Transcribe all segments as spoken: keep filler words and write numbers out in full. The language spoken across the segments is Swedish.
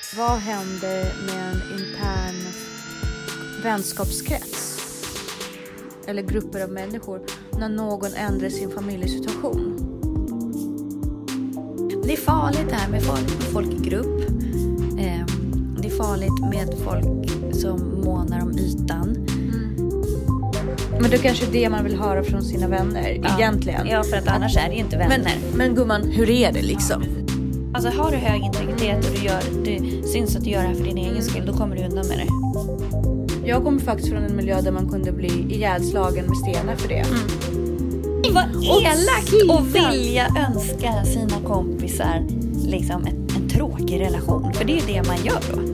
Vad händer med en intern vänskapskrets eller grupper av människor när någon ändrar sin familjesituation? Det är farligt det här med folk, med folk i grupp. Eh, det är farligt med folk som månar om ytan. Mm. Men det är kanske det man vill höra från sina vänner ja. egentligen. Ja, för att annars är det ju inte vänner. Men, men gumman, hur är det liksom? Alltså har du hög integritet och du, gör, du syns att du gör det här för din egen skull, då kommer du undan med det. Jag kommer faktiskt från en miljö där man kunde bli ihjälslagen med stenar för det. Mm. Det var elakt att vilja önska sina kompisar liksom en, en tråkig relation. För det är det man gör då.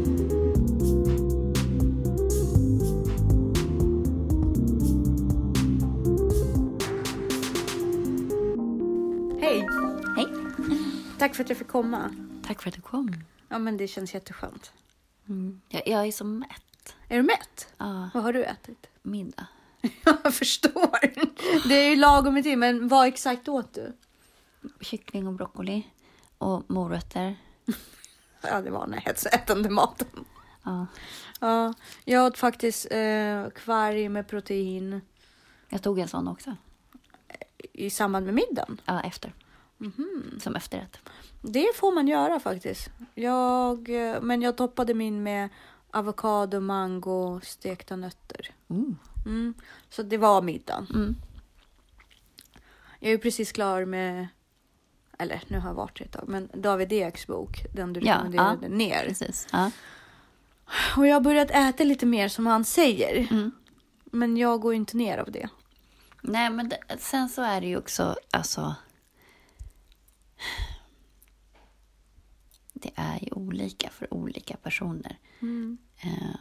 Hej. Hej. Tack för att jag fick komma. Tack för att du kom. Ja, men det känns jätteskönt. Mm. Jag, jag är så mätt. Är du mätt? Ja. Vad har du ätit? Middag. Jag förstår. Det är ju lagom i tid, men vad exakt åt du? Kyckling och broccoli. Och morötter. Ja, det var den hetsätande maten. Ja. Ja, jag åt faktiskt eh, kvarg med protein. Jag tog en sån också. I samband med middagen? Ja, efter. Mm-hmm. Som efterrätt. Det får man göra faktiskt. Jag, men jag toppade min med avokado, mango, stekta nötter. Mm. Mm. Så det var middagen. Mm. Jag är precis klar med, eller nu har jag varit ett tag, men David Eks bok, den du Ja, rekommenderade ja. ner. Precis. Ja. Och jag har börjat äta lite mer som han säger. Mm. Men jag går inte ner av det. Nej, men det, sen så är det ju också, alltså, det är ju olika för olika personer. Mm. Eh,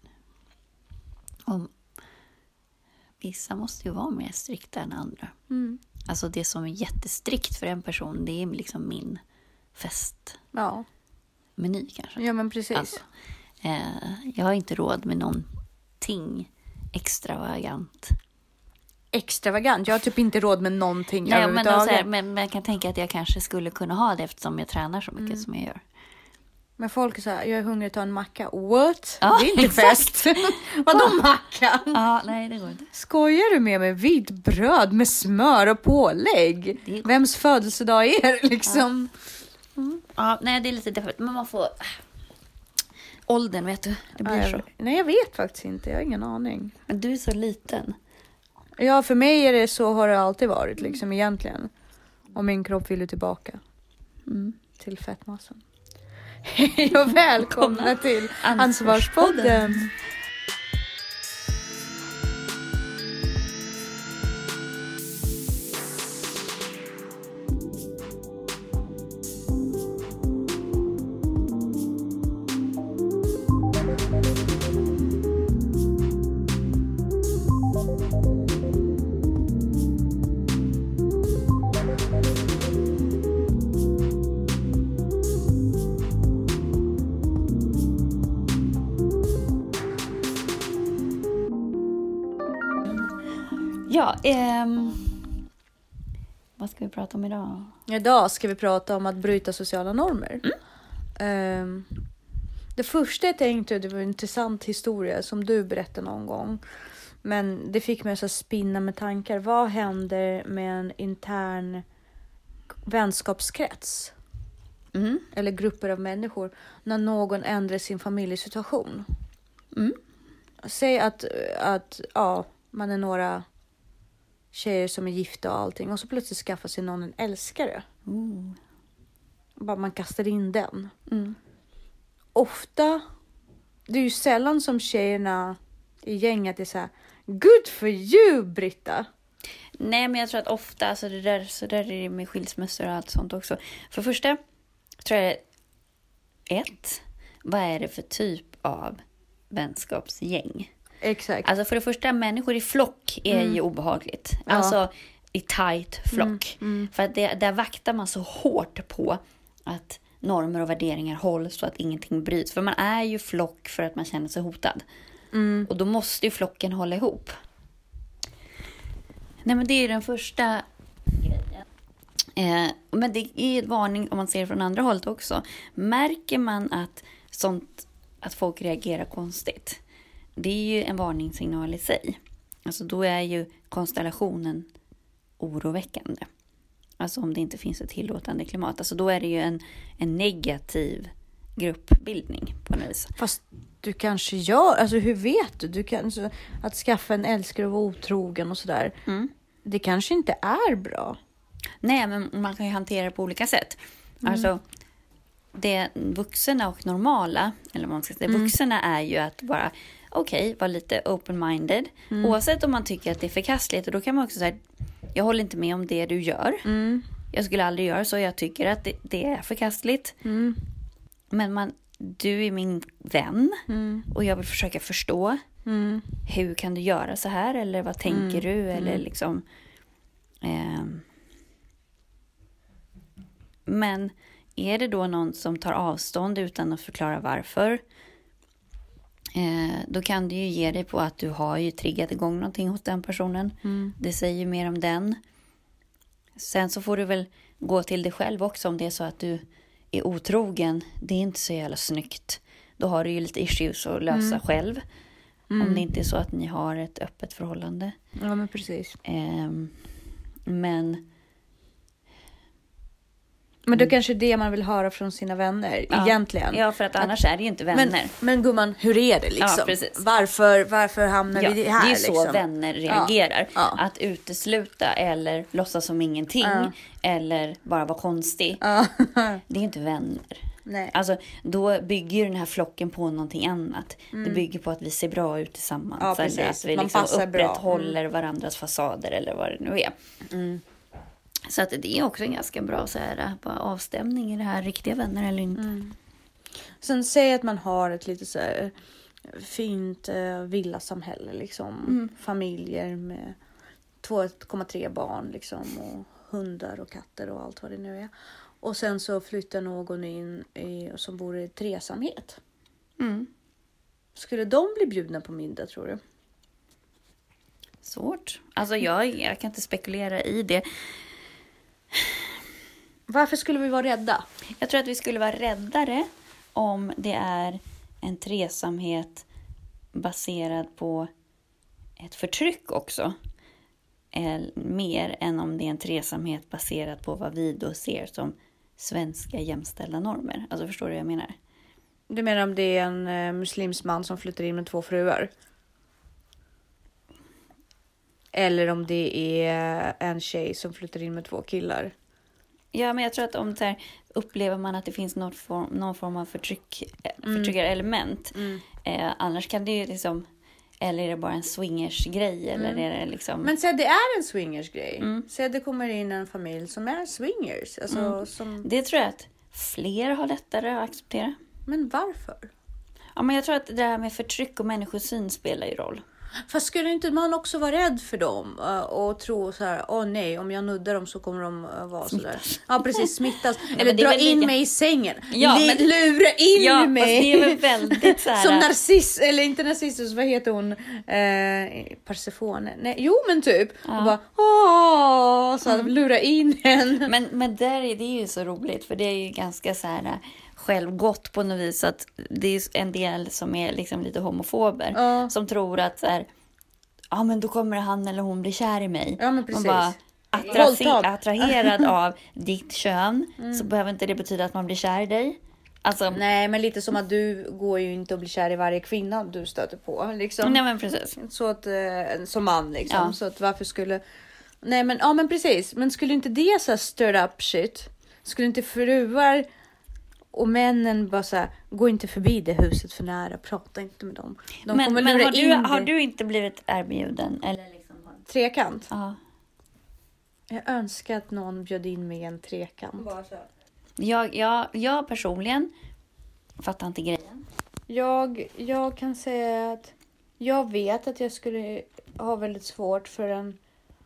och vissa måste ju vara mer strikta än andra. Mm. Alltså det som är jättestrikt för en person, det är liksom min festmeny Ja. kanske. Ja, men precis. Alltså, eh, jag har inte råd med någonting extravagant. Extravagant. Jag har typ inte råd med någonting Nej, men, överhuvudtaget. alltså, men, men jag kan tänka att jag kanske skulle kunna ha det eftersom jag tränar så mycket Mm. som jag gör. Men folk är så här, jag är hungrig att ta en macka. What? Ja, det är inte fest. Vadå macka? Ja, nej, det går inte. Skojar du med mig? Vitt bröd med smör och pålägg. Det är- Vems födelsedag är det liksom? Mm. Ja, nej, det är lite därför. Men man får åldern, vet du. Det blir Ja, så. jag, nej, jag vet faktiskt inte. Jag har ingen aning. Men du är så liten. Ja, för mig är det så, har det alltid varit liksom egentligen. Och min kropp vill ju tillbaka Mm. till fettmassan. Hej och välkomna till Ansvarspodden. Ja, ehm, vad ska vi prata om idag? Idag ska vi prata om att bryta sociala normer. Mm. Um, det första jag tänkte, det var en intressant historia som du berättade någon gång. Men det fick mig så spinna med tankar. Vad händer med en intern vänskapskrets? Mm. Eller grupper av människor när någon ändrar sin familjesituation? Mm. Säg att, att ja, man är några tjejer som är gifta och allting. Och så plötsligt skaffar sig någon en älskare. Mm. Bara man kastar in den. Mm. Ofta, det är ju sällan som tjejerna i gänget är så här: good for you, Britta. Nej, men jag tror att ofta, alltså det där, så där är det med skilsmässor och allt sånt också. För det första tror jag ett, vad är det för typ av vänskapsgäng? Exakt. Alltså för det första, människor i flock är Mm. ju obehagligt. Ja. Alltså i tight flock. Mm, mm. För att det, där vaktar man så hårt på att normer och värderingar hålls så att ingenting bryts. För man är ju flock för att man känner sig hotad. Mm. Och då måste ju flocken hålla ihop. Nej, men det är den första grejen. Eh, men det är en varning om man ser från andra hållet också. Märker man att sånt att folk reagerar konstigt. Det är ju en varningssignal i sig. Alltså då är ju konstellationen oroväckande. Alltså om det inte finns ett tillåtande klimat. Alltså då är det ju en, en negativ gruppbildning på något vis. Fast du kanske gör, alltså hur vet du? Du kan, så, att skaffa en älskare och vara otrogen och sådär. Mm. Det kanske inte är bra. Nej, men man kan ju hantera det på olika sätt. Mm. Alltså det vuxna och normala, eller vad man ska säga, mm. vuxna är ju att bara okej, okay, vara lite open-minded. Mm. Oavsett om man tycker att det är förkastligt. Och då kan man också säga, jag håller inte med om det du gör. Mm. Jag skulle aldrig göra så. Jag tycker att det, det är förkastligt. Mm. Men man, du är min vän. Mm. Och jag vill försöka förstå. Mm. Hur kan du göra så här? Eller vad tänker mm. du? Eller mm. liksom... Eh, men är det då någon som tar avstånd utan att förklara varför? Eh, då kan du ju ge dig på att du har ju triggat igång någonting hos den personen. Mm. Det säger mer om den. Sen så får du väl gå till dig själv också om det är så att du är otrogen. Det är inte så jävla snyggt. Då har du ju lite issues att lösa mm. själv. Mm. Om det inte är så att ni har ett öppet förhållande. Ja, men precis. Eh, men... Men då kanske det man vill höra från sina vänner ja. egentligen. Ja, för att annars att, är det ju inte vänner. Men, men gumman, hur är det liksom? Ja, precis. Varför, varför hamnar ja, vi här? Det är så liksom? vänner reagerar. Ja. Ja. Att utesluta eller låtsas som ingenting. Ja. Eller bara vara konstig. Ja. Det är inte vänner. Nej. Alltså, då bygger ju den här flocken på någonting annat. Mm. Det bygger på att vi ser bra ut tillsammans. Ja, eller att vi liksom upprätthåller mm. varandras fasader eller vad det nu är. Mm. Så att det är också en ganska bra så här, bara avstämning i det här, riktiga vänner eller inte. Mm. Sen säg att man har ett lite så här fint eh, villasamhälle liksom. Mm. Familjer med två komma tre barn liksom och hundar och katter och allt vad det nu är. Och sen så flyttar någon in i, som bor i tresamhet. Mm. Skulle de bli bjudna på middag, tror du? Svårt. Alltså jag, jag kan inte spekulera i det. Varför skulle vi vara rädda? Jag tror att vi skulle vara räddare om det är en tresamhet baserad på ett förtryck också. Mer än om det är en tresamhet baserad på vad vi då ser som svenska jämställda normer. Alltså förstår du vad jag menar? Du menar om det är en eh, muslims man som flyttar in med två fruar? Eller om det är en tjej som flyttar in med två killar? Ja, men jag tror att om det här, upplever man att det finns någon form, någon form av förtryck, mm. förtryckarelement. Mm. Eh, annars kan det ju liksom... Eller är det bara en swingers-grej? Eller mm. är det liksom... Men säg det är en swingers-grej. Mm. Säg det kommer in en familj som är swingers. Alltså, mm. som... Det tror jag att fler har lättare att acceptera. Men varför? Ja, men jag tror att det här med förtryck och människosyn spelar ju roll. Fast skulle inte man också vara rädd för dem och tro så här, åh oh, nej, om jag nuddar dem så kommer de vara så där. Ja, precis, smittas. Ja, eller dra in lika... mig i sängen. Ja, L- men... Lura in ja, mig. Ja, det är väl väldigt så här... Som narciss, eller inte narcissus, vad heter hon? Eh, Persefone. Nej, jo men typ. Ja. Och bara, åh, så mm. lura in en. Men, men där är det ju så roligt, för det är ju ganska så här... självgott på något vis, att det är en del som är liksom lite homofober ja. Som tror att så här, ja men då kommer han eller hon bli kär i mig. Ja, men precis. Man bara attraher- attraherad av ditt kön mm. så behöver inte det betyda att man blir kär i dig. Alltså, nej, men lite som att du går ju inte att bli kär i varje kvinna du stöter på liksom. Nej, men precis. Så att eh, som man liksom ja. Så att varför skulle nej men ja men precis, men skulle inte det så här stir up shit? Skulle inte fruar och männen bara så här, gå inte förbi det huset för nära, prata inte med dem. De men kommer men har, du, in har du inte blivit erbjuden? Eller liksom... Trekant? Ja. Jag önskar att någon bjöd in mig en trekant. Jag, jag, jag personligen fattar inte grejen. Jag, jag kan säga att jag vet att jag skulle ha väldigt svårt för en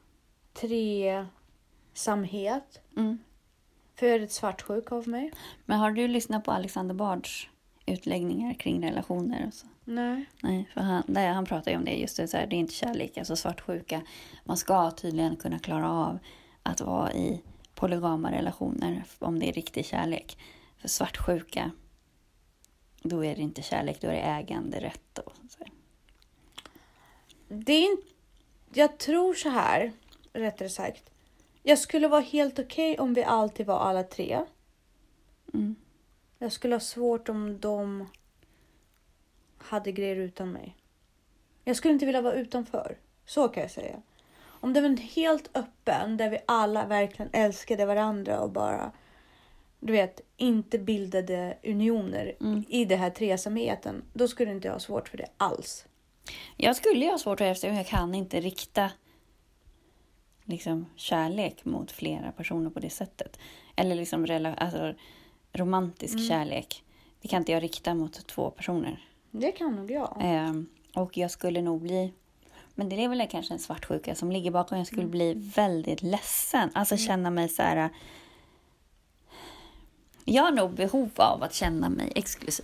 tresamhet. Mm. För jag är ett svartsjuk av mig. Men har du lyssnat på Alexander Bards utläggningar kring relationer? Och så? Nej. Nej, för han, där han pratar ju om det. Just det, så här, det är inte kärlek, alltså svartsjuka. Man ska tydligen kunna klara av att vara i polygama relationer om det är riktig kärlek. För svartsjuka då är det inte kärlek, då är det äganderätt. Och så. Det är inte... Jag tror så här, rättare sagt. Jag skulle vara helt okej okay om vi alltid var alla tre. Mm. Jag skulle ha svårt om de hade grejer utan mig. Jag skulle inte vilja vara utanför. Så kan jag säga. Om det var en helt öppen där vi alla verkligen älskade varandra och bara, du vet, inte bildade unioner mm. i det här tresamheten. Då skulle inte jag ha svårt för det alls. Jag skulle ju ha svårt för det eftersom jag kan inte rikta liksom kärlek mot flera personer på det sättet. Eller liksom rela- alltså, romantisk mm. kärlek. Det kan inte jag rikta mot två personer. Det kan nog jag. Ehm, och jag skulle nog bli... Men det är väl kanske en svartsjuka som ligger bakom. Jag skulle mm. bli väldigt ledsen. Alltså mm. känna mig så här... Jag har nog behov av att känna mig exklusiv.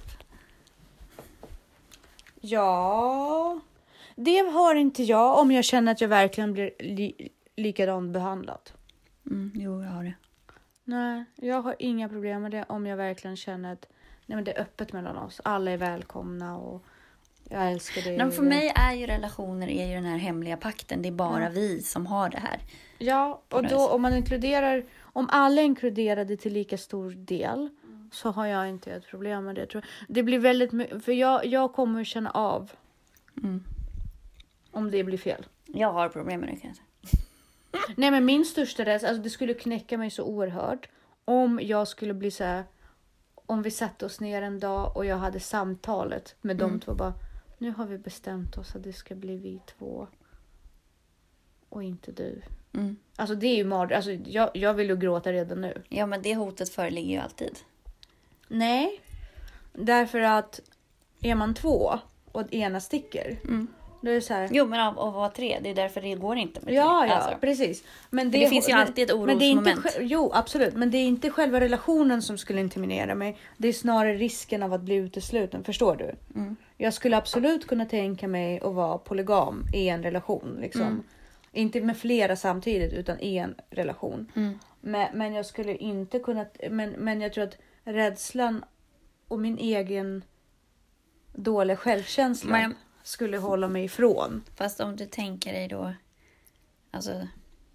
Ja... Det har inte jag om jag känner att jag verkligen blir li- likadant behandlad. Mm, jo, jag har det. Nej, jag har inga problem med det om jag verkligen känner att nej, men det är öppet mellan oss. Alla är välkomna och jag älskar det. Men för mig är ju relationer är ju den här hemliga pakten. Det är bara ja. vi som har det här. Ja, och då om man inkluderar, om alla är inkluderade till lika stor del mm. så har jag inte ett problem med det. Tror jag. Det blir väldigt, för jag, jag kommer att känna av mm. om det blir fel. Jag har problem med det kanske. Nej, men min största rädsla, alltså det skulle knäcka mig så oerhört om jag skulle bli så här, om vi satte oss ner en dag och jag hade samtalet med mm. de två bara, nu har vi bestämt oss att det ska bli vi två och inte du. Mm. Alltså det är ju mard, alltså jag, jag vill ju gråta redan nu. Ja, men det hotet föreligger ju alltid. Nej, därför att är man två och ena sticker mm. då är det så här... Jo, men av att vara tre, det är därför det går inte med tre. Ja, ja, alltså. Precis. Men det, det finns ju alltid ett orosmoment. Men det är inte, jo, absolut. Men det är inte själva relationen som skulle intimidera mig. Det är snarare risken av att bli utesluten, förstår du? Mm. Jag skulle absolut kunna tänka mig att vara polygam i en relation. Liksom. Mm. Inte med flera samtidigt, utan i en relation. Mm. Men, men jag skulle inte kunna... Men, men jag tror att rädslan och min egen dåliga självkänsla... Men... skulle hålla mig ifrån. Fast om du tänker dig då, alltså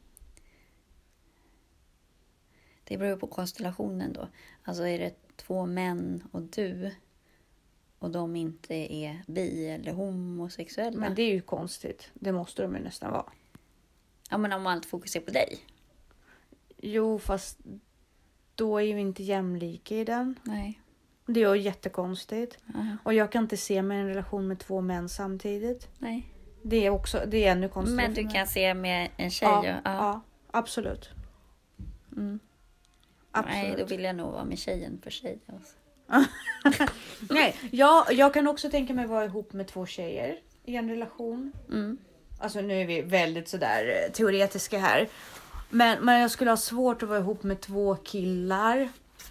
det beror på konstellationen då. Alltså är det två män och du och de inte är bi eller homosexuella. Men det är ju konstigt. Det måste de ju nästan vara. Ja, men om allt fokus är på dig. Jo, fast då är ju inte jämlika i den. Nej. Det är ju jättekonstigt. Uh-huh. Och jag kan inte se med en relation med två män samtidigt. Nej. Det är också, det är ännu konstigt. Men du kan se med en tjej. Ja, ja. ja absolut. Mm. Absolut. Nej, då vill jag nog vara med tjejen för sig. Alltså. Nej, jag, jag kan också tänka mig vara ihop med två tjejer i en relation. Mm. Alltså nu är vi väldigt sådär teoretiska här. Men, men jag skulle ha svårt att vara ihop med två killar.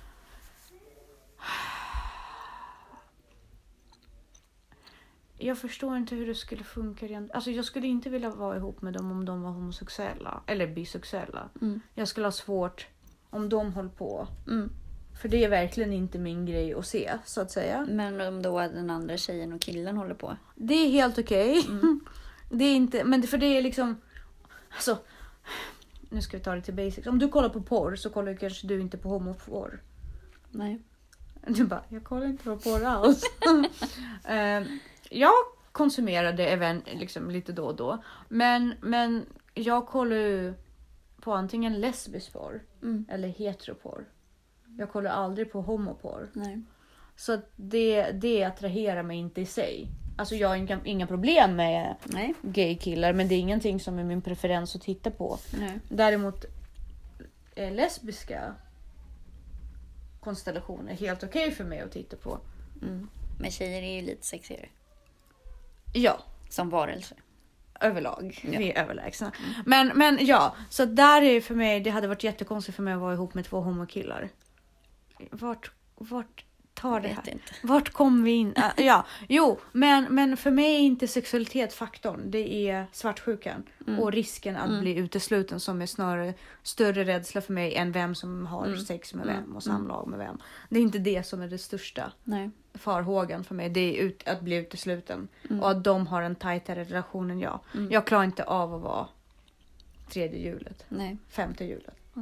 Jag förstår inte hur det skulle funka rent. Alltså jag skulle inte vilja vara ihop med dem om de var homosexuella. Eller bisexuella. Mm. Jag skulle ha svårt om de höll på. Mm. För det är verkligen inte min grej att se, så att säga. Men om då den andra tjejen och killen håller på? Det är helt okej. Okay. Mm. Det är inte, men för det är liksom... Alltså, nu ska vi ta det till basics. Om du kollar på porr så kollar kanske du inte på homoporr. Nej. Du bara, jag kollar inte på porr alls. uh, jag konsumerade även liksom lite då och då. Men, men jag kollar ju på antingen lesbisk porr mm. eller heteroporr. Jag kollar aldrig på homoporr. Nej. Så det, det attraherar mig inte i sig. Alltså jag har inga, inga problem med Nej. gay-killar. Men det är ingenting som är min preferens att titta på. Nej. Däremot är lesbiska konstellationer helt okej okay för mig att titta på. Mm. Men tjejer är ju lite sexigare. Ja. Som varelser. Överlag. Ja. Vi är överlägsna. Mm. Men, men ja, så där är för mig, det hade varit jättekonstigt för mig att vara ihop med två homokillar. Vart, vart tar det vet här? inte. Vart kom vi in? Uh, ja, jo, men, men för mig är inte sexualitet faktorn. Det är svartsjukan Mm. och risken att Mm. bli utesluten som är snarare större rädsla för mig än vem som har Mm. sex med Mm. vem och samlag med vem. Det är inte det som är det största Nej. farhågan för mig. Det är ut, att bli utesluten Mm. och att de har en tajtare relation än jag. Mm. Jag klarar inte av att vara tredje hjulet, Nej. femte hjulet. Mm.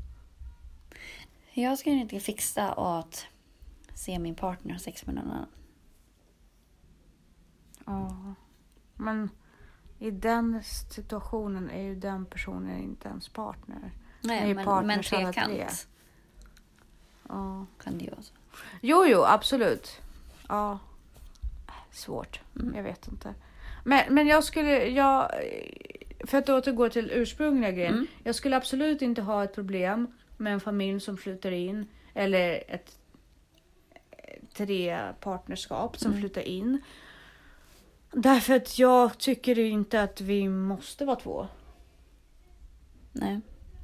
Jag skulle inte fixa att se min partner ha sex med någon annan. Ja, men i den situationen är ju den personen inte ens partner. Ni är Nej, men, men partners alla tre. trekant Ja. kan det ju vara så. Jo, jo, absolut. Ja, svårt. Mm. Jag vet inte. Men, men jag skulle, jag, för att återgå till ursprungliga grejen. Mm. Jag skulle absolut inte ha ett problem med en familj som flyttar in. Eller ett tre partnerskap som Mm. flyttar in. Därför att jag tycker inte att vi måste vara två. Nej.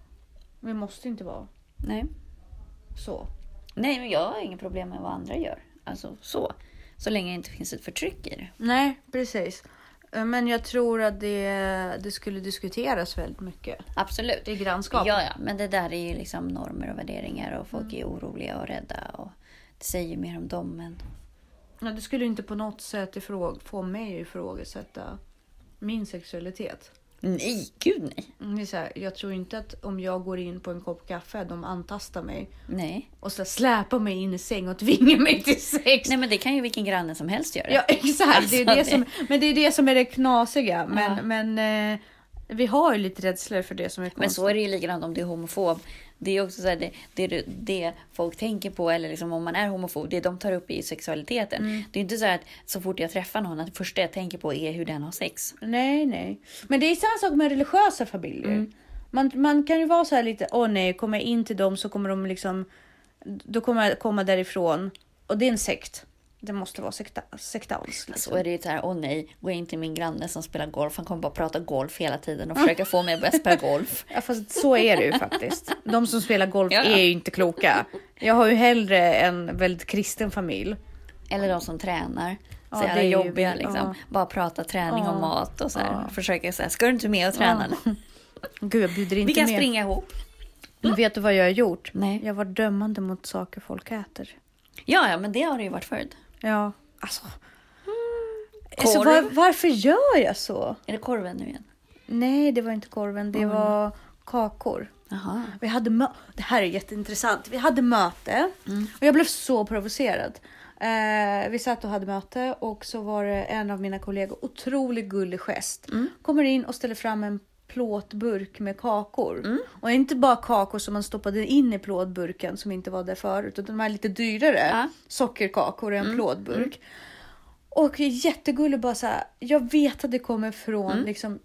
Vi måste inte vara Nej. så. Nej, men jag har inga problem med vad andra gör. Alltså så. Så länge det inte finns ett förtryck i det. Nej, precis. Men jag tror att det, det skulle diskuteras väldigt mycket Absolut. i grannskap. Ja, ja, men det där är ju liksom normer och värderingar och folk är oroliga och rädda och det säger mer om dem än... Ja, det skulle inte på något sätt ifråg, få mig att ifrågasätta min sexualitet. Nej, gud nej. Det är så här, jag tror inte att om jag går in på en kopp kaffe, de antastar mig Nej. och så släpar mig in i säng och tvingar mig till sex. Nej, men det kan ju vilken granne som helst göra. Ja, exakt. Alltså, det är det det- som, men det är det som är det knasiga. Men, Ja. men eh, vi har ju lite rädslor för det som är konstigt. Men så är det ju likadant om du är homofob. Det är också så här, det, det, det folk tänker på, eller liksom om man är homofob, det de tar upp i sexualiteten. Mm. Det är inte så här att så fort jag träffar någon, att det första jag tänker på är hur den har sex. Nej, nej. Men det är samma sak med religiösa familjer. Mm. Man, man kan ju vara så här lite, åh nej, kommer jag in till dem så kommer de liksom, då kommer jag komma därifrån. Och det är en sekt. Det måste vara sekta, sektans. Liksom. Så är det ju så här, åh nej, gå in till min granne som spelar golf. Han kommer bara prata golf hela tiden och försöka få mig att börja spela golf. Ja, fast så är det ju faktiskt. De som spelar golf Ja. är ju inte kloka. Jag har ju hellre en väldigt kristen familj. Eller de som tränar. Så Ja, jävla det är ju- jobbiga liksom. ja. Bara prata träning Ja. och mat och så här. Ja. Försöka så här, ska du inte med och träna? Ja. Gud, jag bjuder inte Vi kan med. springa ihop. Men vet du vad jag har gjort? Nej. Jag var dömande mot saker folk äter. Ja, ja, men det har det ju varit förut. Ja, alltså. Korv. alltså var, varför gör jag så? Är det korven nu igen? Nej, det var inte korven. Det Mm. var kakor. Jaha. Vi hade mö- det här är jätteintressant. Vi hade möte Mm. och jag blev så provocerad. Eh, vi satt och hade möte och så var det en av mina kollegor, otroligt gullig gest, Mm. kommer in och ställer fram en plåtburk med kakor. Mm. Och inte bara kakor som man stoppade in i plåtburken som inte var där förut, utan de här lite dyrare Ja. sockerkakor i en Mm. plåtburk. Och jättegullig, bara så här, jag vet att det kommer från Mm. liksom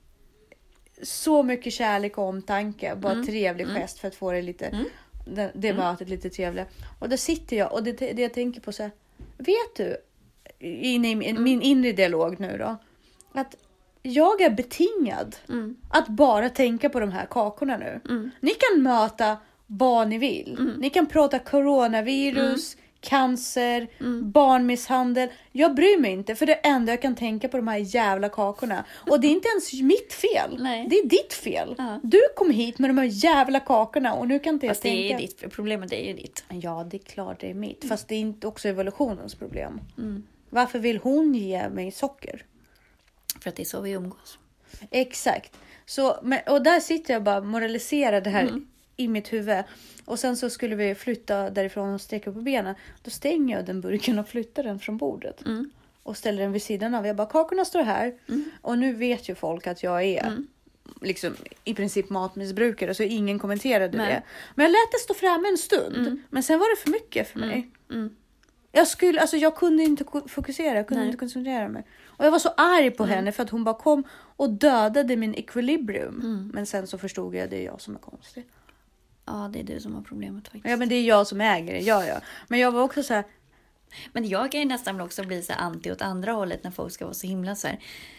så mycket kärlek och omtanke. Bara Mm. trevlig Mm. gest för att få det lite, Mm. det, det Mm. mötet lite trevligare. Och där sitter jag och det, det jag tänker på så här, vet du, inne i min, Mm. min inre dialog nu då, att jag är betingad Mm. att bara tänka på de här kakorna nu. Mm. Ni kan möta vad ni vill. Mm. Ni kan prata coronavirus, cancer, Mm. barnmisshandel. Jag bryr mig inte, för det enda jag kan tänka på de här jävla kakorna. Och det är inte ens mitt fel. Nej. Det är ditt fel. Ja. Du kom hit med de här jävla kakorna och nu kan inte jag Fast det är tänka. ju ditt, problemet är ju ditt. Ja, det är klart det är mitt. Fast det är inte också evolutionens problem. Mm. Varför vill hon ge mig socker? För att det är så vi umgås. Exakt. Så, men, och där sitter jag bara och moraliserar det här Mm. i mitt huvud. Och sen så skulle vi flytta därifrån och sträcka på benen. Då stänger jag den burken och flyttar den från bordet. Mm. Och ställer den vid sidan av. Jag bara, kakorna står här. Mm. Och nu vet ju folk att jag är Mm. liksom i princip matmissbrukare. Så ingen kommenterade Nej. det. Men jag lät det stå framme en stund. Mm. Men sen var det för mycket för mig. Mm. Jag, skulle, alltså jag kunde inte ko- fokusera, jag kunde Nej. inte koncentrera mig. Och jag var så arg på Mm. henne för att hon bara kom och dödade min equilibrium. Mm. Men sen så förstod jag att det är jag som är konstig. Ja, det är du som har problemet faktiskt. Ja, men det är jag som äger det, ja, ja. Men jag var också så här, Men jag kan ju nästan också bli så anti åt andra hållet när folk ska vara så himla så här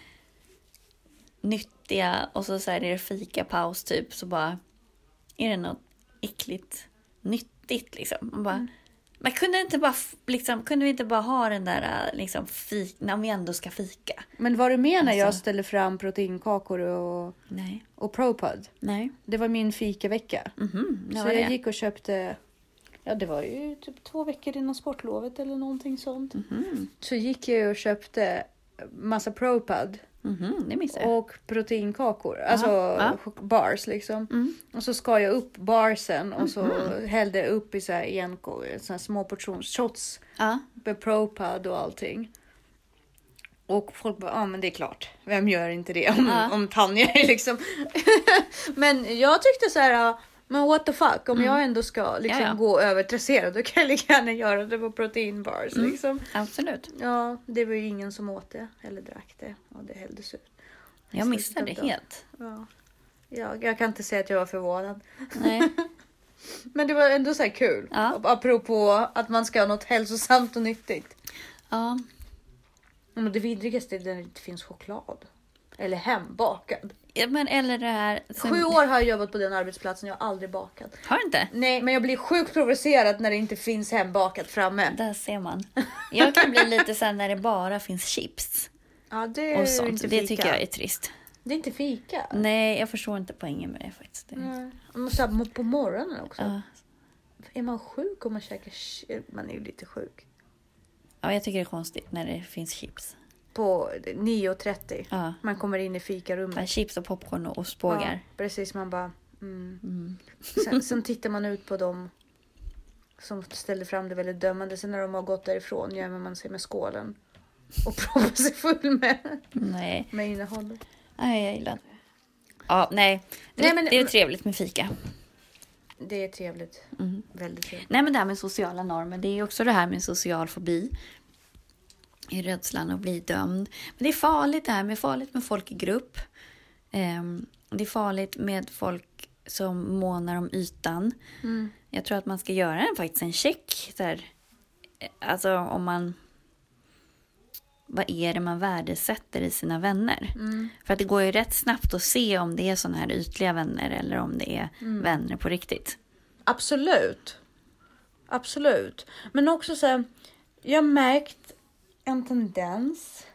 nyttiga och så, så här, är det fika paus typ, så bara är det något äckligt nyttigt liksom. Man bara, Mm. Men kunde, inte bara, liksom, kunde vi inte bara ha den där liksom, fik, när vi ändå ska fika? Men vad du menar när jag Alltså- ställer fram proteinkakor och, Nej. och Propad? Nej. Det var min fikavecka. Mhm, det Så var jag det. gick och köpte, ja det var ju typ två veckor innan sportlovet eller någonting sånt. Mhm, Så gick jag och köpte massa Propad mhm, det missade jag. och proteinkakor. Alltså ja. bars liksom. Mm. Och så skar jag upp barsen och så hällde jag upp i så här en så här små portions shots Ja. med Propad och allting. Och folk bara, ja ah, men det är klart. Vem gör inte det om, Ja. om Tanja är liksom. Men jag tyckte så här, ja, men what the fuck. Om jag ändå ska liksom Ja, ja. gå över Trasera, då kan jag lika gärna göra det på proteinbars liksom. Absolut. Ja, det var ju ingen som åt det eller drack det. Och det hälldes ut. Jag missade det då. helt. Ja. Ja, jag kan inte säga att jag var förvånad. Nej. Men det var ändå så här kul. Ja. Apropå att man ska ha något hälsosamt och nyttigt. Ja. Men det vidrigaste är när det inte finns choklad. Eller hembakad. Ja, men eller det här... som- Sju år har jag jobbat på den arbetsplatsen. Jag har aldrig bakat. Har du inte? Nej, men jag blir sjukt provocerad när det inte finns hembakat framme. Där ser man. Jag kan bli lite så här när det bara finns chips Ja, det är och ju sånt. inte Det fika. tycker jag är trist. Det är inte fika. Nej, jag förstår inte poängen med det faktiskt. Det... Nej. Man måste ha på morgonen också. Ja. Är man sjuk om man käkar chi- Man är ju lite sjuk. Ja, jag tycker det är konstigt när det finns chips. På nio och trettio. Ja. Man kommer in i fikarummet. Ja, chips och popcorn och ostbågar. Ja, precis, man bara... Mm. Mm. Sen, sen tittar man ut på dem som ställer fram det väldigt dömande. Sen när de har gått därifrån gömmer man sig med skålen. Och provar sig full med, Nej. med innehåll. Nej, jag gillar det. Ja, nej. Det, Nej, men- det är trevligt med fika. Det är trevligt. Mm. Väldigt trevligt. Nej, men det här med sociala normer, det är också det här med social fobi. I rädslan att bli dömd. Men det är farligt det här med, farligt med folk i grupp. Ehm, det är farligt med folk som månar om ytan. Mm. Jag tror att man ska göra en, faktiskt en check. Där. Alltså om man... Vad är det man värdesätter i sina vänner? Mm. För att det går ju rätt snabbt att se om det är såna här ytliga vänner eller om det är Mm. vänner på riktigt. Absolut. Absolut. Men också så här, jag har märkt en tendens.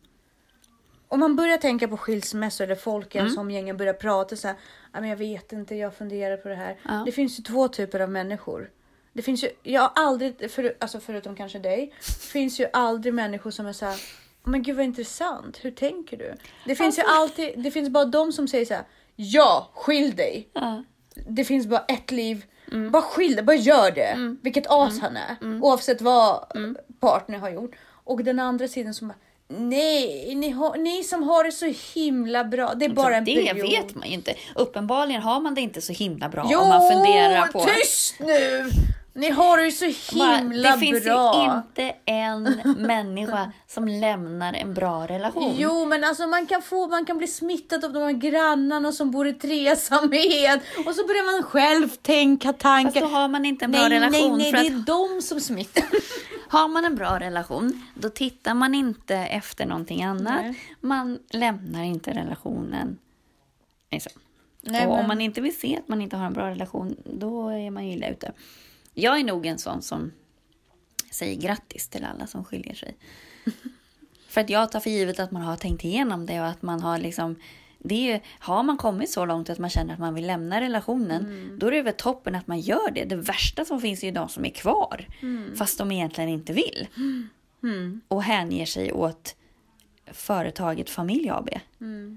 Om man börjar tänka på skilsmässor där folk Mm. som gängen börjar prata så här, "Ja, men jag vet inte, jag funderar på det här. Ja. Det finns ju två typer av människor. Det finns ju, jag har aldrig, för, alltså förutom kanske dig, finns ju aldrig människor som är så här, men gud vad intressant, hur tänker du? Det finns Alltså- ju alltid, det finns bara de som säger så här, ja, skilj dig. Ja. Det finns bara ett liv. Mm. Bara skilj dig, bara gör det. Vilket as han är. Oavsett vad Mm. partner har gjort. Och den andra sidan som bara, nej, ni, har, ni som har det så himla bra. Det är bara en det period. vet man ju inte. Uppenbarligen har man det inte så himla bra Jo, om man funderar på... tyst nu! Ni har det ju så Bara, himla det finns bra. ju inte en människa som lämnar en bra relation. Jo, men alltså man kan få, man kan bli smittad av de här grannarna som bor i tresamhet. Och så börjar man själv tänka tankar. Fast då har man inte en bra nej, relation. nej, nej, för det att är de som smittar. har man en bra relation, då tittar man inte efter någonting annat. Nej. Man lämnar inte relationen. Liksom. Nej, och men- om man inte vill se att man inte har en bra relation, då är man ju illa ute. Jag är nog en sån som säger grattis till alla som skiljer sig. För att jag tar för givet att man har tänkt igenom det och att man har liksom... Det är ju, har man kommit så långt att man känner att man vill lämna relationen, Mm. då är det väl toppen att man gör det. Det värsta som finns är ju de som är kvar, fast de egentligen inte vill. Mm. Och hänger sig åt företaget Familj A B. Mm.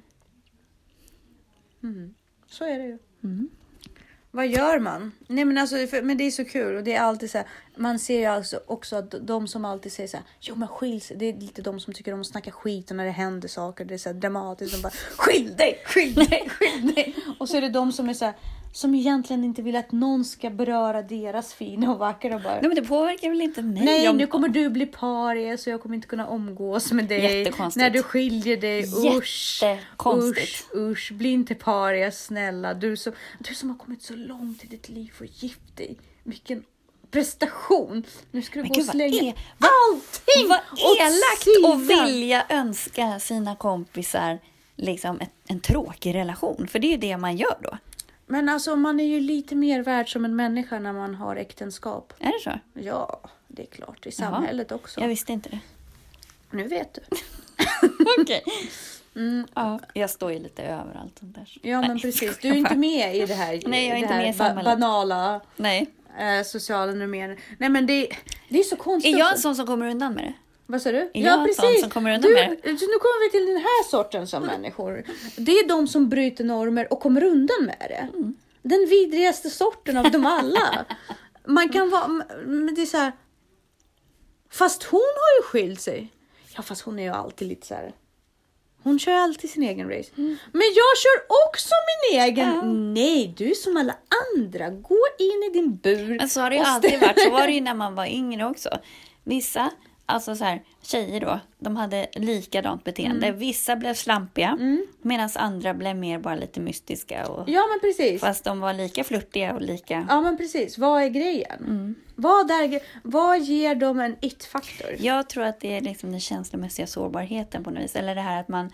Mm. Så är det ju. Mm. Vad gör man? Nej men alltså, för, men det är så kul och det är alltid så här, man ser ju alltså också att de som alltid säger så här, jo men skilj sig, det är lite de som tycker om att snacka skit och när det händer saker, det är så här dramatiskt, som bara skilj dig, skilj dig, skilj dig. Och så är det de som är så här, som egentligen inte vill att någon ska beröra deras fina och vackra och bara, Nej, men det påverkar väl inte mig? nej, om... nu kommer du bli paria så jag kommer inte kunna omgås med dig. Jättekonstigt. När du skiljer dig. Usch, Jättekonstigt. usch, usch. Bli inte paria, snälla. Du som, du som har kommit så långt i ditt liv och gift dig. Vilken prestation. Nu ska du Men gå gud, och vad slänga är- allting Vad åt elakt att sidan. vilja önska sina kompisar liksom ett, en tråkig relation. För det är ju det man gör då. Men alltså man är ju lite mer värd som en människa när man har äktenskap. Är det så? Ja, det är klart. I samhället Jaha. också. Jag visste inte det. Nu vet du. Okej. Mm. Ja, jag står ju lite över allt sånt där. Ja, men Nej, precis. Du är inte med i det här, Nej, jag är det inte här med i ba- samhället. banala Nej. eh, sociala nummer. Nej, men det, det är så konstigt. Är jag också. en sån som kommer undan med det? Vad sa du? Är jag en sån som kommer undan du, med det? Nu kommer vi till den här sorten som människor. Det är de som bryter normer och kommer undan med det. Mm. Den vidrigaste sorten av dem alla. Man kan vara... Men det är så här... Fast hon har ju skilt sig. Ja, fast hon är ju alltid lite så här... Hon kör alltid sin egen race. Mm. Men jag kör också min egen. Ja. Nej, du är som alla andra. Gå in i din bur. Men så har det ju alltid varit. Så var det ju när man var yngre också. Vissa, alltså så här, tjejer då, de hade likadant beteende. Mm. Vissa blev slampiga, mm. medan andra blev mer bara lite mystiska. Och, ja, men precis. Fast de var lika flirtiga och lika... Ja, men precis. Vad är grejen? Mm. Vad, är, vad ger dem en it-faktor? Jag tror att det är liksom den känslomässiga sårbarheten på något vis. Eller det här att man...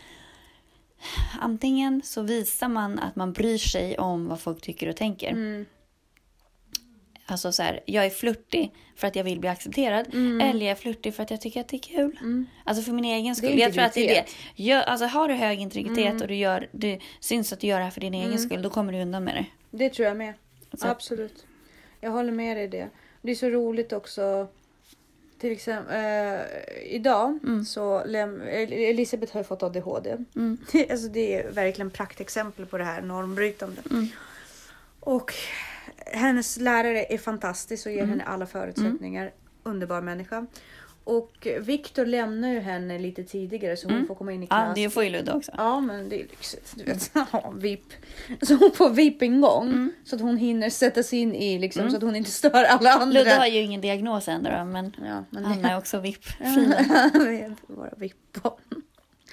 Antingen så visar man att man bryr sig om vad folk tycker och tänker. Mm. Alltså så här, jag är flirtig för att jag vill bli accepterad. Mm. Eller jag är flirtig för att jag tycker att det är kul. Mm. Alltså för min egen skull. Jag tror att det är det. Jag, alltså har du hög integritet mm. och du gör, det syns att du gör det här för din mm. egen skull. Då kommer du undan med det. Det tror jag med. Så. Absolut. Jag håller med dig i det. Det är så roligt också. Till exempel eh, idag mm. så läm- Elisabeth har fått A D H D. Mm. Alltså det är verkligen praktexempel på det här normbrytande. Mm. Och hennes lärare är fantastisk och ger mm. henne alla förutsättningar. Mm. Underbar människa. Och Victor lämnar ju henne lite tidigare så hon mm. får komma in i klass. Ja, det får ju Ludde också. Ja, men det är lyxigt. Du vet, ja, V I P. Så hon får V I P-ingång. Mm. Så att hon hinner sätta sig in i, liksom, mm. så att hon inte stör alla andra. Ludde har ju ingen diagnos ändå då, men, ja, men han är också V I P-filen. Ja, våra V I P-barn.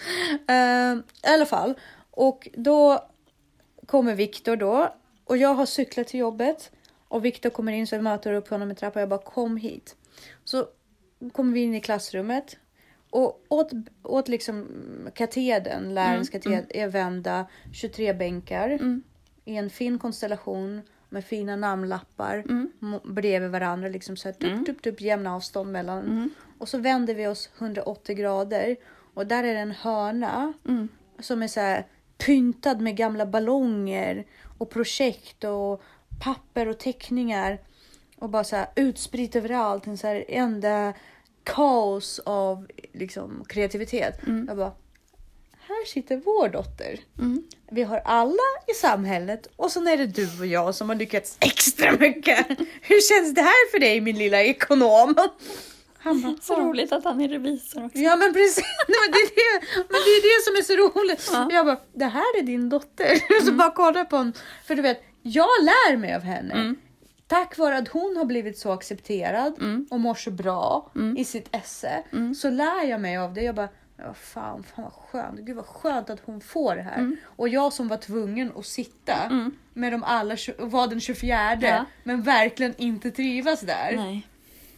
uh, I alla fall. Och då kommer Victor då. Och jag har cyklat till jobbet. Och Victor kommer in så jag möter upp honom i trappan. Jag bara, kom hit. Så kommer vi in i klassrummet. Och åt, åt liksom katedern, lärarens mm, kateder, är vända tjugotre bänkar. Mm. I en fin konstellation med fina namnlappar. Mm. Bredvid varandra. Liksom så här, tup, tup, tup, jämna avstånd mellan. Mm. Och så vänder vi oss hundraåttio grader. Och där är det en hörna. Mm. Som är så här pyntad med gamla ballonger. Och projekt och papper och teckningar. Och bara så här utspritt överallt. En så här enda kaos av liksom kreativitet. Mm. Jag bara, här sitter vår dotter. Mm. Vi har alla i samhället. Och så är det du och jag som har lyckats extra mycket. Hur känns det här för dig, min lilla ekonom? Han bara, så roligt att han är revisor också. Ja, men precis. Nej, men, det är det, men det är det som är så roligt. Ja. Jag bara, det här är din dotter. Mm. Så bara kolla på hon. För du vet, jag lär mig av henne. Mm. Tack vare att hon har blivit så accepterad mm. och mår så bra mm. i sitt esse. Mm. Så lär jag mig av det. Jag bara, ja, fan, fan vad skönt. Gud vad skönt att hon får det här. Mm. Och jag som var tvungen att sitta mm. med dem alla, var den tjugofjärde. Ja. Men verkligen inte trivas där. Nej.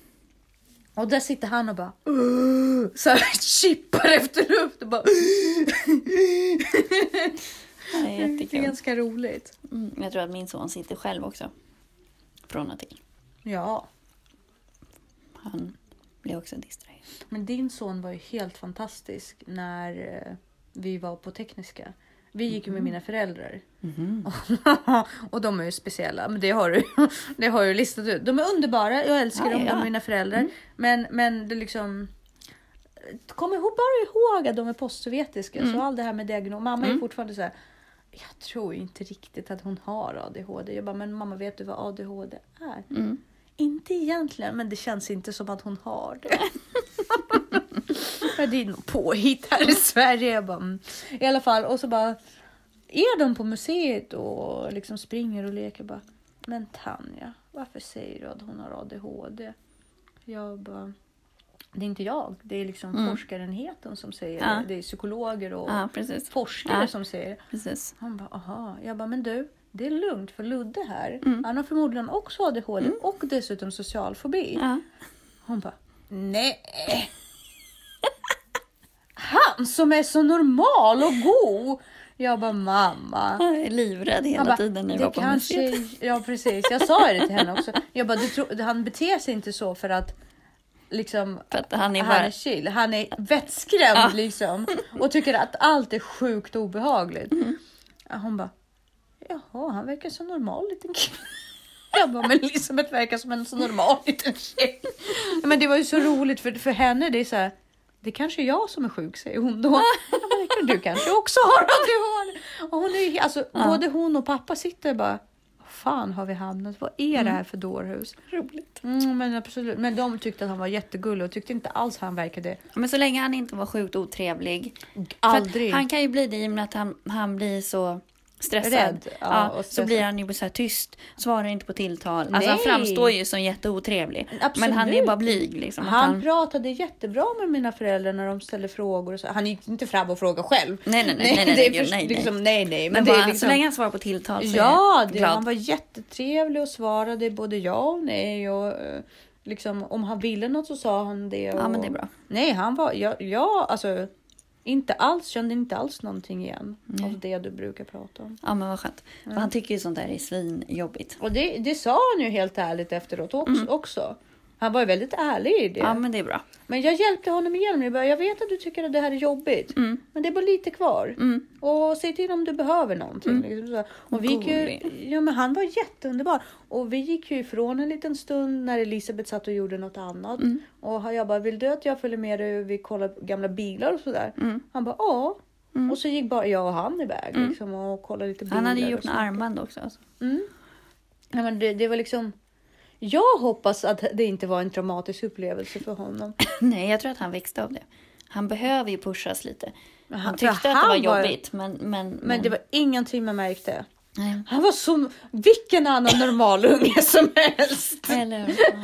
Och där sitter han och bara uh, så här chippar efter luft och bara det är jättekul. Det är ganska roligt. Mm, jag tror att min son sitter själv också. Från och till. Ja. Han blir också distraherad. Men din son var ju helt fantastisk när vi var på tekniska. Vi gick ju med mina föräldrar. Mm-hmm. Och de är ju speciella. Men det har du, det har du listat ut. De är underbara. Jag älskar ah, dem, ja. De är mina föräldrar. Mm. Men, men det liksom... Kom ihåg, bara ihåg att de är postsovjetiska. Mm. Så allt det här med diagnos. Mamma mm. är fortfarande så här... Jag tror inte riktigt att hon har A D H D. Jag bara, men mamma, vet du vad A D H D är? Mm. Inte egentligen, men det känns inte som att hon har det. Det är nog påhitt här i Sverige. Jag bara, mm. I alla fall, och så bara är de på museet och liksom springer och leker. Bara, men Tanja, varför säger du att hon har A D H D? Jag bara, det är inte jag. Det är liksom mm. forskarenheten som säger ja. det. Det är psykologer och ja, forskare ja. som säger det. Precis. Han bara, aha. Jag bara, men du, det är lugnt för Ludde här. Mm. Han har förmodligen också A D H D mm. och dessutom social fobi. Ja. Hon bara, nej. Han som är så normal och god. Jag bara, mamma. Jag är livrädd hela bara, tiden när jag det var på kanske, museet. ja, precis. Jag sa det till henne också. Jag bara, du tror, han beter sig inte så för att liksom För att han är han bara... är chill. Han är vettskrämd Ja. liksom. Och tycker att allt är sjukt obehagligt. Mm. Hon bara, jaha, han verkar så normal liten kille. Jag bara, men Elisabeth verkar som en så normal liten tjej. Men det var ju så roligt för, för henne. Det är så här, det är kanske jag som är sjuk, säger hon då. Jag bara, du kanske också har A D H D. Och hon är ju, alltså, Ja. både hon och pappa sitter bara, vad fan har vi hamnat? Vad är det här för dårhus? Roligt. Mm, men absolut. Men de tyckte att han var jättegullig och tyckte inte alls han verkade Men så länge han inte var sjukt otrevlig. aldrig För att han kan ju bli det i och med att han, han blir så stressad. rädd. Ja, Ja, och så stressad. blir han ju så här tyst, svarar inte på tilltal. Alltså Nej. han framstår ju som jätteotrevlig. Absolut. Men han är bara blyg liksom. Att Han han... pratade jättebra med mina föräldrar när de ställde frågor. Och så. Han gick inte fram och frågade själv. Nej, nej, nej, nej, nej, det är nej, för- nej, nej. Liksom, nej, nej. Men, Men, det bara, är liksom, så länge han svarar på tilltal så ja, är jag det, glad. han var jättetrevlig och svarade både ja och nej. Och, eh, liksom, om han ville något så sa han det. Och, Ja, men det är bra. Nej, han var, ja, ja alltså, inte alls, kände inte alls någonting igen Nej. av det du brukar prata om. Ja, men vad skönt. För han tycker ju sånt där är svinjobbigt. Och det, det sa han ju helt ärligt efteråt också. Mm. också. Han var ju väldigt ärlig i det. Ja, men det är bra. Men jag hjälpte honom igenom. Jag, bara, jag vet att du tycker att det här är jobbigt. Mm. Men det är bara lite kvar. Mm. Och säg till om du behöver någonting. Mm. Liksom så. Och vi gick ju, Gullig. ja, men han var jätteunderbar. Och vi gick ju ifrån en liten stund när Elisabeth satt och gjorde något annat. Mm. Och jag bara, vill du att jag följer med dig och vi kollar gamla bilar och sådär? Mm. Han bara, ja. Mm. Och så gick bara jag och han iväg Mm. liksom, och kollade lite bilar. Han hade ju och gjort så. en armband också. Alltså. Mm. Ja, men det, det var liksom... Jag hoppas att det inte var en traumatisk upplevelse för honom. Nej, jag tror att han växte av det. Han behöver ju pushas lite. Han Han- tyckte för att det var han var- jobbigt, men... Men, Men det var ingenting man märkte. Nej. Han var som vilken annan normal unge som helst. Eller,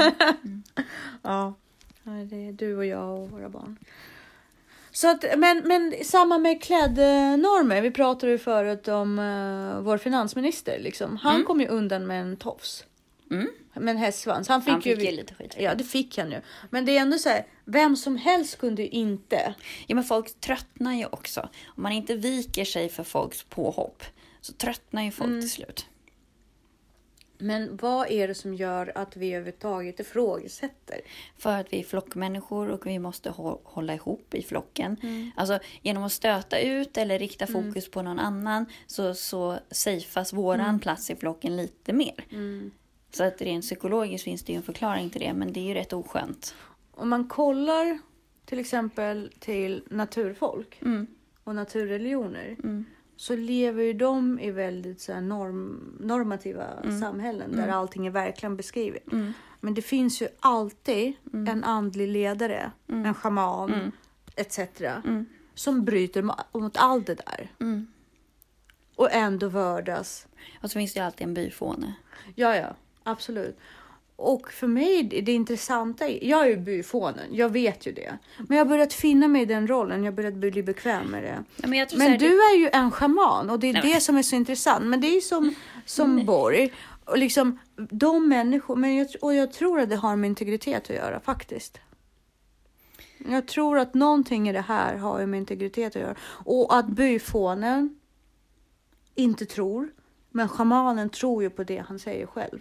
ja. Ja, det är du och jag och våra barn. Så att, men, men samma med klädnormer. Vi pratade ju förut om uh, vår finansminister. Liksom. Han Mm. kom ju undan med en tofs. Mm. Med en hästsvans. Han fick, Han fick ju, ju lite skit. Ja, det fick han ju. Men det är ändå så här, vem som helst kunde ju inte. Ja, men folk tröttnar ju också. Om man inte viker sig för folks påhopp så tröttnar ju folk Mm. till slut. Men vad är det som gör att vi överhuvudtaget ifrågasätter? För att vi är flockmänniskor och vi måste hå- hålla ihop i flocken. Mm. Alltså genom att stöta ut eller rikta Mm. fokus på någon annan så, så safeas våran Mm. plats i flocken lite mer. Mm. Så att rent psykologiskt finns det ju en förklaring till det, men det är ju rätt oskönt. Om man kollar till exempel till naturfolk Mm. och naturreligioner. Mm. Så lever ju de i väldigt så här norm, normativa Mm. samhällen. Mm. Där allting är verkligen beskrivet. Mm. Men det finns ju alltid Mm. en andlig ledare. Mm. En shaman Mm. et cetera. Mm. Som bryter mo- mot allt det där. Mm. Och ändå vördas. Och så finns det ju alltid en byfåne. Ja, ja. Absolut. Och för mig, det det intressanta är, jag är ju byfånen, jag vet ju det. Men jag har börjat finna mig i den rollen, jag har börjat bli bekväm med det. Ja, men jag tror Men så här, du är ju en shaman och det är Nej, det men- som är så intressant. Men det är ju som, som Nej. Borg. Och liksom, de människor, men jag, och jag tror att det har med integritet att göra faktiskt. Jag tror att någonting i det här har ju med integritet att göra. Och att byfånen inte tror, men shamanen tror ju på det han säger själv.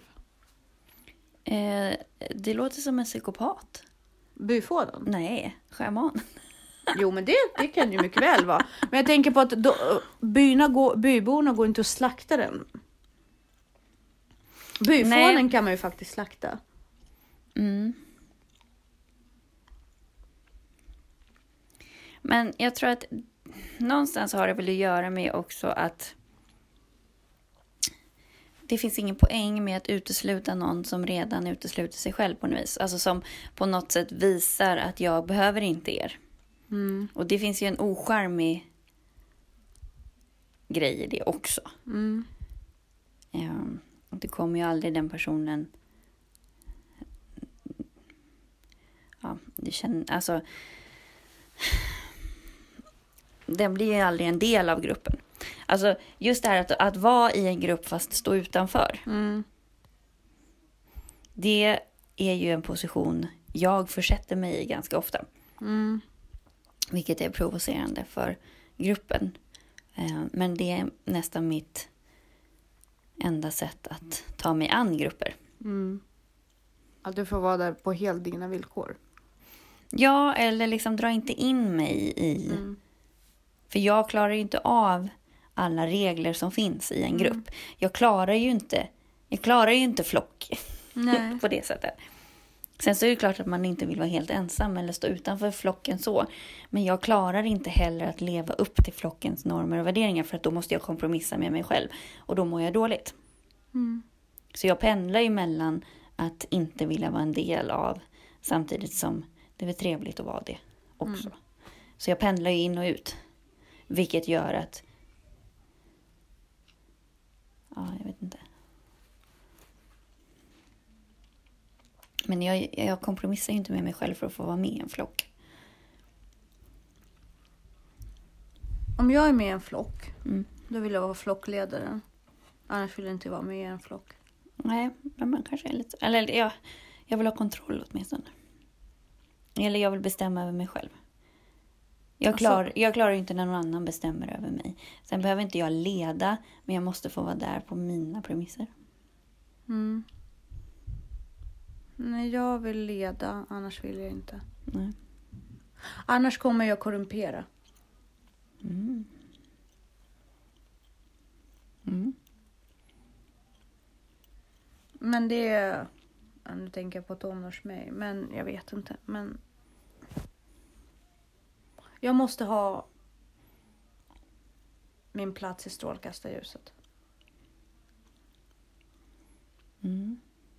Eh, det låter som en psykopat. Byfånen? Nej, schaman. Jo, men det, det kan ju mycket väl vara. Men jag tänker på att då, byna går, byborna går inte att slakta den. Byfånen Nej. kan man ju faktiskt slakta. Mm. Men jag tror att någonstans har det väl att göra med också att det finns ingen poäng med att utesluta någon som redan utesluter sig själv på något vis. Alltså som på något sätt visar att jag behöver inte er. Mm. Och det finns ju en ocharmig grej i det också. Mm. Um, och det kommer ju aldrig den personen... Ja, det känner... Alltså... Den blir ju aldrig en del av gruppen. Alltså just det här att, att vara i en grupp fast stå utanför. Mm. Det är ju en position jag försätter mig i ganska ofta. Mm. Vilket är provocerande för gruppen. Eh, men det är nästan mitt enda sätt att ta mig an grupper. Mm. Att du får vara där på helt dina villkor. Ja, eller liksom dra inte in mig i... Mm. För jag klarar ju inte av alla regler som finns i en grupp. Mm. Jag klarar ju inte... Jag klarar ju inte flock. Nej. På det sättet. Sen så är det klart att man inte vill vara helt ensam eller stå utanför flocken så. Men jag klarar inte heller att leva upp till flockens normer och värderingar. För att då måste jag kompromissa med mig själv. Och då mår jag dåligt. Mm. Så jag pendlar ju mellan att inte vilja vara en del av. Samtidigt som det är trevligt att vara det också. Mm. Så jag pendlar ju in och ut. Vilket gör att... Ja, jag vet inte. Men jag, jag kompromissar ju inte med mig själv för att få vara med i en flock. Om jag är med i en flock, mm. då vill jag vara flockledaren. Annars vill jag inte vara med i en flock. Nej, men man kanske är lite... Eller jag, jag vill ha kontroll åtminstone. Eller jag vill bestämma över mig själv. Jag, klar, alltså, jag klarar inte när någon annan bestämmer över mig. Sen behöver inte jag leda, men jag måste få vara där på mina premisser. Mm. Nej, jag vill leda, annars vill jag inte. Nej. Annars kommer jag korrumpera. Mm. Mm. Men det är... Nu tänker jag på tonårs-mig, men jag vet inte. Men jag måste ha min plats i strålkastarljuset. Mm.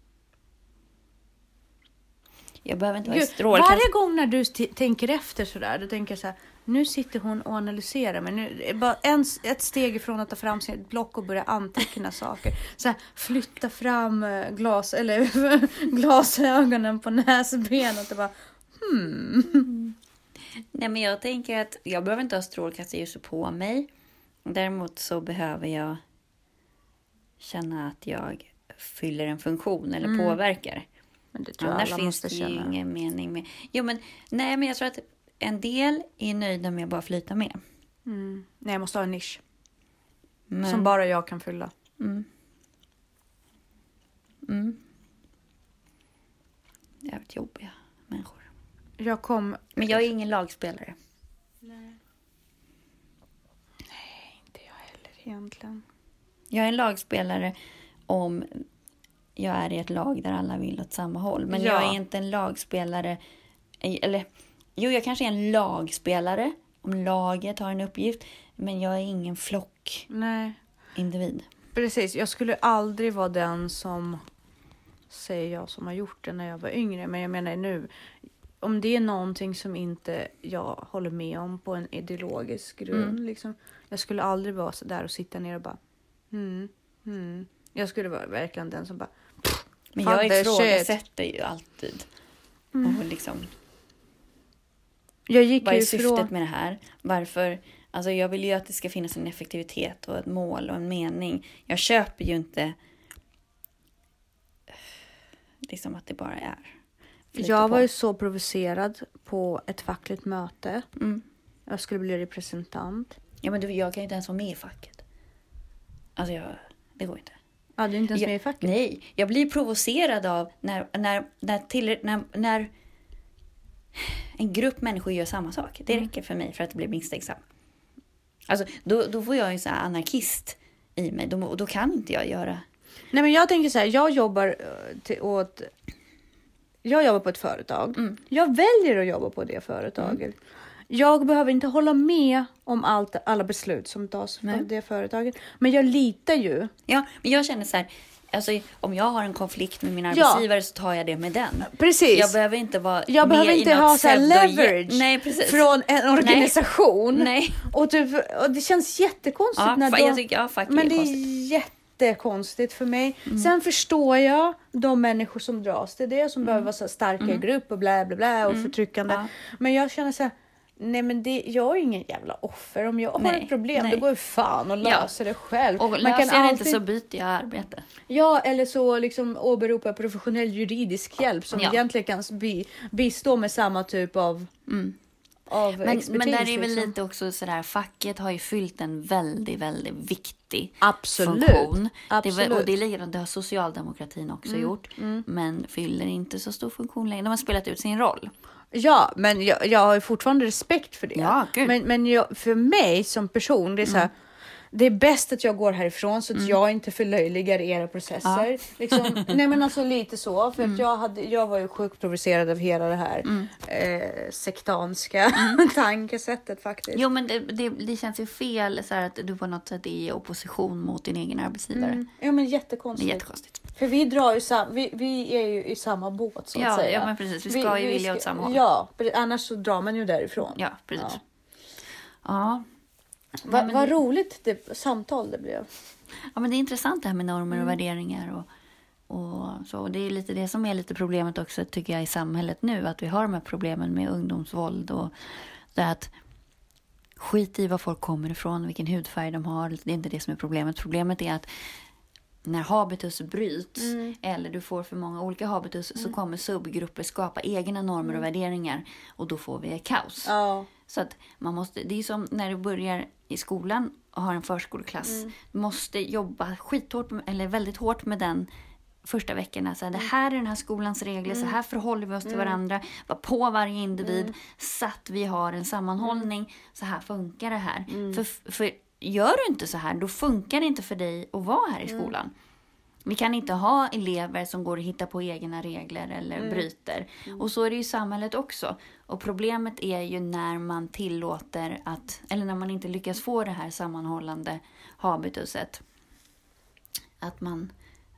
Jag behöver inte vara Gud, strålkast... Varje gång när du t- tänker efter sådär, då tänker jag så här, nu sitter hon och analyserar, men nu är bara en, ett steg ifrån att ta fram sitt block och börja anteckna saker. Så här, flytta fram glas eller glasögonen på näsbenet och bara hmm. Mm. Nej, men jag tänker att jag behöver inte ha strålkastarljuset på mig. Däremot så behöver jag känna att jag fyller en funktion eller mm. påverkar. Men det tror jag annars alla finns måste det känna. ju ingen mening med. Jo, men nej, men jag tror att en del är nöjda med att bara flyta med. Mm. Nej, jag måste ha en nisch. Men... Som bara jag kan fylla. Mm. Mm. Jävligt jobbiga människor. Jag kom... Men jag är ingen lagspelare. Nej. Nej, inte jag heller egentligen. Jag är en lagspelare om jag är i ett lag där alla vill åt samma håll. Men ja. jag är inte en lagspelare... Eller, jo, jag kanske är en lagspelare om laget har en uppgift. Men jag är ingen flock. Nej. Individ. Precis, jag skulle aldrig vara den som... Säger jag som har gjort det när jag var yngre. Men jag menar nu... Om det är någonting som inte jag håller med om på en ideologisk grund. Mm. Liksom, jag skulle aldrig vara så där och sitta ner och bara... Mm, mm. Jag skulle vara verkligen den som bara... Men jag ifrågasätter ju alltid. Mm. Och liksom... Jag gick vad är ifrån... syftet med det här? Varför... Alltså jag vill ju att det ska finnas en effektivitet och ett mål och en mening. Jag köper ju inte... Liksom att det bara är... Jag var ju så provocerad på ett fackligt möte. Mm. Jag skulle bli representant. Ja, men du, jag kan ju inte ens vara med i facket. Alltså, jag, det går inte. Ja, du är inte ens jag, med i facket? Nej, jag blir provocerad av när, när, när, till, när, när en grupp människor gör samma sak. Det räcker för mig för att bli misstänksam. Alltså, då, då får jag en sån här anarkist i mig. Då, då kan inte jag göra... Nej, men jag tänker så här, jag jobbar till, åt... Jag jobbar på ett företag. Mm. Jag väljer att jobba på det företaget. Mm. Jag behöver inte hålla med om allt, alla beslut som tas för det företaget. Men jag litar ju. Ja, men jag känner så här. Alltså, om jag har en konflikt med min arbetsgivare ja. så tar jag det med den. Precis. Jag behöver inte vara Jag behöver inte ha så här leverage Nej, precis. från en organisation. Nej. Nej. Och, typ, och det känns jättekonstigt. Ja, när fa- de, jag tycker, ja, fuck men är det konstigt. är jättekonstigt för mig. Mm. Sen förstår jag de människor som dras till det. Som mm. behöver vara så starka mm. i grupp och bla bla bla och mm. förtryckande. Ja. Men jag känner så här. Nej, men det, jag är ingen jävla offer. Om jag nej, har ett problem, nej. då går jag fan och löser ja. det själv. Och man löser kan jag alltid... inte så byter jag arbete. Ja, eller så liksom åberopa professionell juridisk hjälp som ja. egentligen kan bi, bistå med samma typ av mm. av Men, expertis. men där är väl liksom. lite också sådär, facket har ju fyllt en väldigt, väldigt viktig Absolut. funktion. Absolut. Det är, väl- och det är likadant, det har socialdemokratin också Mm, gjort. mm. Men fyller inte så stor funktion längre. De har spelat ut sin roll. Ja, men jag, jag har ju fortfarande respekt för det. Ja, gud. Men, men jag, för mig som person, det är så här, det är bäst att jag går härifrån så att Mm. jag inte förlöjligar era processer. Ja. Liksom, nej men alltså lite så. För Mm. att jag, hade, jag var ju sjukt provocerad av hela det här Mm. eh, sektanska tankesättet faktiskt. Jo, men det, det, det känns ju fel så här, att du på något sätt är i opposition mot din egen arbetsgivare. Mm. Ja men Det är jättekonstigt. jättekonstigt. För vi drar ju sam- vi, vi är ju i samma båt så att Ja, säga. ja, men precis. Vi ska ju vilja åt samma håll. Ja, pre- annars så drar man ju därifrån. Ja, precis. Ja. Ja. Va, Nej, men vad det- roligt det, samtal det blev. Ja, men det är intressant det här med normer och Mm. värderingar och, och så. Och det är lite det som är lite problemet också tycker jag i samhället nu. Att vi har de här problemen med ungdomsvåld och det att skit i var folk kommer ifrån, vilken hudfärg de har. Det är inte det som är problemet. Problemet är att när habitus bryts Mm. eller du får för många olika habitus så kommer subgrupper skapa egna normer och värderingar och då får vi kaos. Ja. Så att man måste, det är som när du börjar i skolan och har en förskoleklass. Mm. Du måste jobba skithårt, med- eller väldigt hårt med den första veckorna. Så här, det här är den här skolans regler, så här förhåller vi oss till varandra. Var på varje individ, så att vi har en sammanhållning. Så här funkar det här. För, för gör du inte så här, då funkar det inte för dig att vara här i skolan. Vi kan inte ha elever som går och hittar på egna regler eller bryter. Och så är det ju i samhället också. Och problemet är ju när man tillåter att, eller när man inte lyckas få det här sammanhållande habituset. Att man,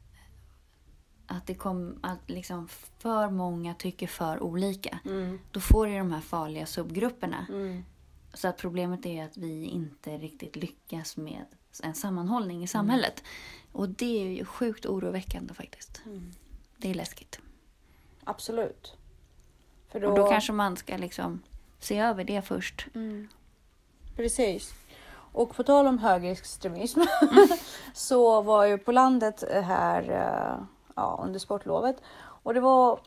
att det kom, att liksom för många tycker för olika. Mm. Då får du de här farliga subgrupperna. Mm. Så att problemet är att vi inte riktigt lyckas med en sammanhållning i samhället. Och det är ju sjukt oroväckande faktiskt. Mm. Det är läskigt. Absolut. För då, Och då kanske man ska liksom se över det först. Mm. Precis. Och på tal om högerextremism så var jag på landet här eh, ja, under sportlovet. Och det var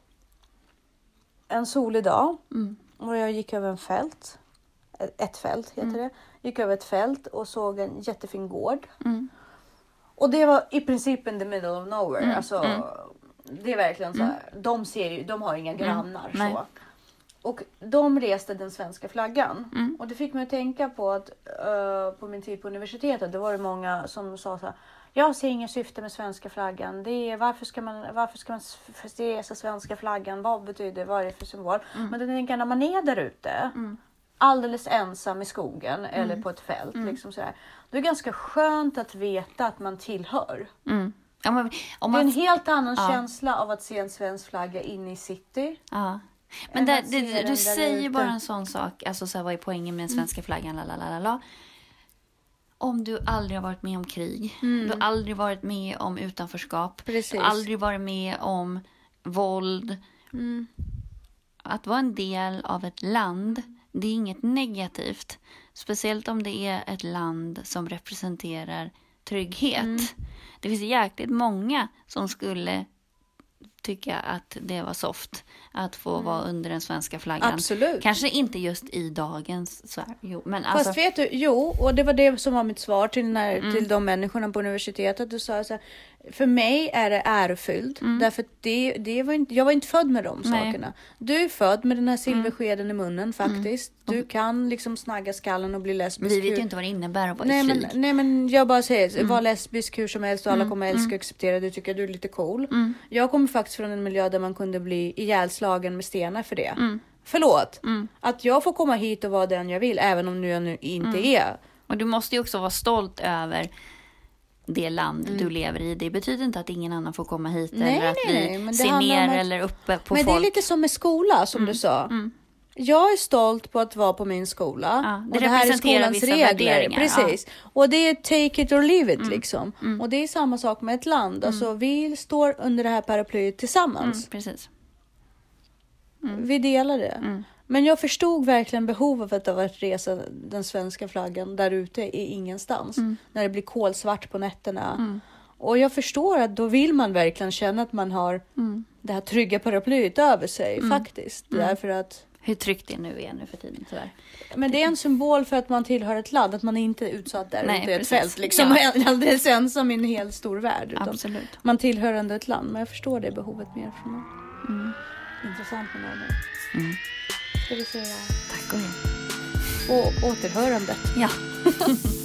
en solig dag. Mm. Och jag gick över en fält. Ett ett fält heter Mm. det. Gick över ett fält och såg en jättefin gård. Mm. Och det var i princip in the middle of nowhere. Mm, Alltså, mm. det är verkligen så här. De ser ju, de har inga grannar nej. så. Och de reste den svenska flaggan. Mm. Och det fick mig att tänka på att uh, på min tid på universitetet, det var det många som sa så här. Jag ser inget syfte med svenska flaggan. Det är, varför ska man, varför ska man resa svenska flaggan? Vad betyder det? Vad är det för symbol? Mm. Men då tänker jag när man är där ute. Mm. Alldeles ensam i skogen eller Mm. på ett fält. Mm. Liksom sådär. Det är ganska skönt att veta att man tillhör. Mm. Ja, men, om Det är man, en helt annan Ja. känsla av att se en svensk flagga inne i city. ja. än Men det, att se det, den du där säger ute. bara en sån sak. Alltså så här, vad är poängen med den svenska flaggan? Lalalala. Om du aldrig har varit med om krig. Mm. Du har aldrig varit med om utanförskap. Precis. Du har aldrig varit med om våld. Mm. Att vara en del av ett land, det är inget negativt. Speciellt om det är ett land som representerar trygghet. Mm. Det finns jäkligt många som skulle tycka att det var soft att få vara under den svenska flaggan. Absolut. Kanske inte just i dagens så här, jo, men Fast alltså, vet du, jo, och det var det som var mitt svar till, när, Mm. till de människorna på universitetet. Du sa så här, för mig är det ärofyllt. Mm. Därför att det, det var inte, jag var inte född med de Nej. sakerna. Du är född med den här silverskeden i munnen faktiskt. Du kan liksom snagga skallen och bli lesbisk. vi vet hur- ju inte vad det innebär att vara Nej i men, krig. nej men jag bara säger, var lesbisk hur som helst och alla Mm, kommer älska mm. och acceptera det. Tycker du är lite cool. Mm. Jag kommer faktiskt från en miljö där man kunde bli ihjälslagen med stenar för det. Mm. Förlåt. Mm. Att jag får komma hit och vara den jag vill även om nu jag nu inte Mm. är. Och du måste ju också vara stolt över det land Mm. du lever i. Det betyder inte att ingen annan får komma hit Nej, eller att nej, vi nej, men det ser handlar om ner att- eller uppe på Men folk. det är lite som med skola som du sa. Mm. Jag är stolt på att vara på min skola. Ja, det och det här är representerar skolans vissa regler. värderingar, Precis. Och det är take it or leave it Mm. liksom. Mm. Och det är samma sak med ett land. Alltså vi står under det här paraplyet tillsammans. Mm, precis. Mm. Vi delar det. Mm. Men jag förstod verkligen behovet av att resa den svenska flaggan där ute i ingenstans. Mm. När det blir kolsvart på nätterna. Mm. Och jag förstår att då vill man verkligen känna att man har Mm. det här trygga paraplyet över sig Mm. faktiskt. Mm. Därför att Hur tryggt det nu är nu för tiden, tyvärr. Men det är en symbol för att man tillhör ett land, att man inte är utsatt där Nej, ute i ett precis. fält. Liksom, Ja. och alldeles ensam i en helt stor värld. Utan Absolut. man tillhör ändå ett land, men jag förstår det behovet mer från någon. Mm. Intressant med normer. Mm. Ska vi säga Tack och hej. och återhörandet. Ja.